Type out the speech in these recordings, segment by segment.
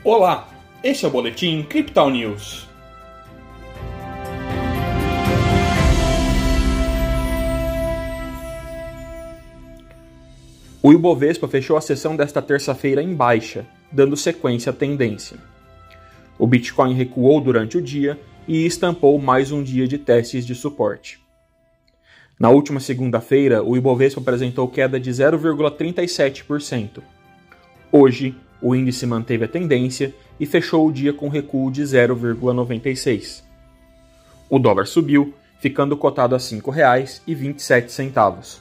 Olá, este é o Boletim Crypto News. O Ibovespa fechou a sessão desta terça-feira em baixa, dando sequência à tendência. O Bitcoin recuou durante o dia e estampou mais um dia de testes de suporte. Na última segunda-feira, o Ibovespa apresentou queda de 0,37%. Hoje, o índice manteve a tendência e fechou o dia com recuo de 0,96%. O dólar subiu, ficando cotado a R$ 5,27.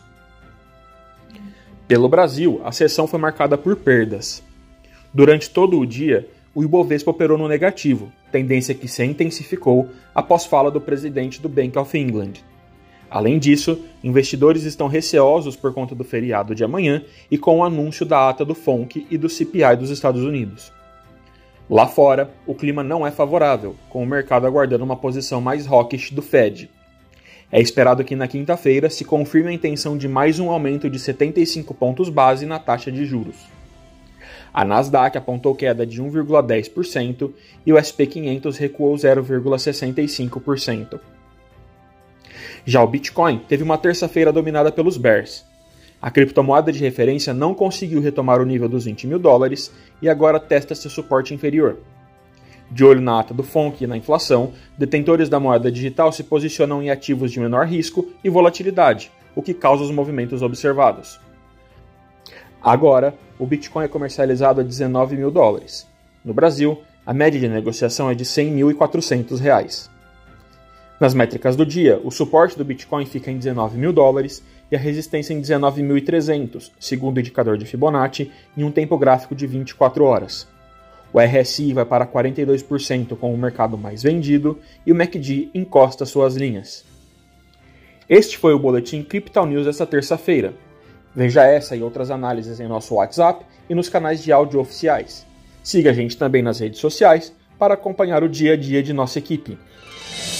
Pelo Brasil, a sessão foi marcada por perdas. Durante todo o dia, o Ibovespa operou no negativo, tendência que se intensificou após fala do presidente do Bank of England. Além disso, investidores estão receosos por conta do feriado de amanhã e com o anúncio da ata do FONC e do CPI dos Estados Unidos. Lá fora, o clima não é favorável, com o mercado aguardando uma posição mais hawkish do Fed. É esperado que na quinta-feira se confirme a intenção de mais um aumento de 75 pontos base na taxa de juros. A Nasdaq apontou queda de 1,10% e o S&P 500 recuou 0,65%. Já o Bitcoin teve uma terça-feira dominada pelos bears. A criptomoeda de referência não conseguiu retomar o nível dos $20 mil e agora testa seu suporte inferior. De olho na ata do FONC e na inflação, detentores da moeda digital se posicionam em ativos de menor risco e volatilidade, o que causa os movimentos observados. Agora, o Bitcoin é comercializado a $19 mil. No Brasil, a média de negociação é de R$ 100.400. Nas métricas do dia, o suporte do Bitcoin fica em $19 mil e a resistência em 19.300, segundo o indicador de Fibonacci, em um tempo gráfico de 24 horas. O RSI vai para 42% com o mercado mais vendido e o MACD encosta suas linhas. Este foi o Boletim Crypto News desta terça-feira. Veja essa e outras análises em nosso WhatsApp e nos canais de áudio oficiais. Siga a gente também nas redes sociais para acompanhar o dia a dia de nossa equipe.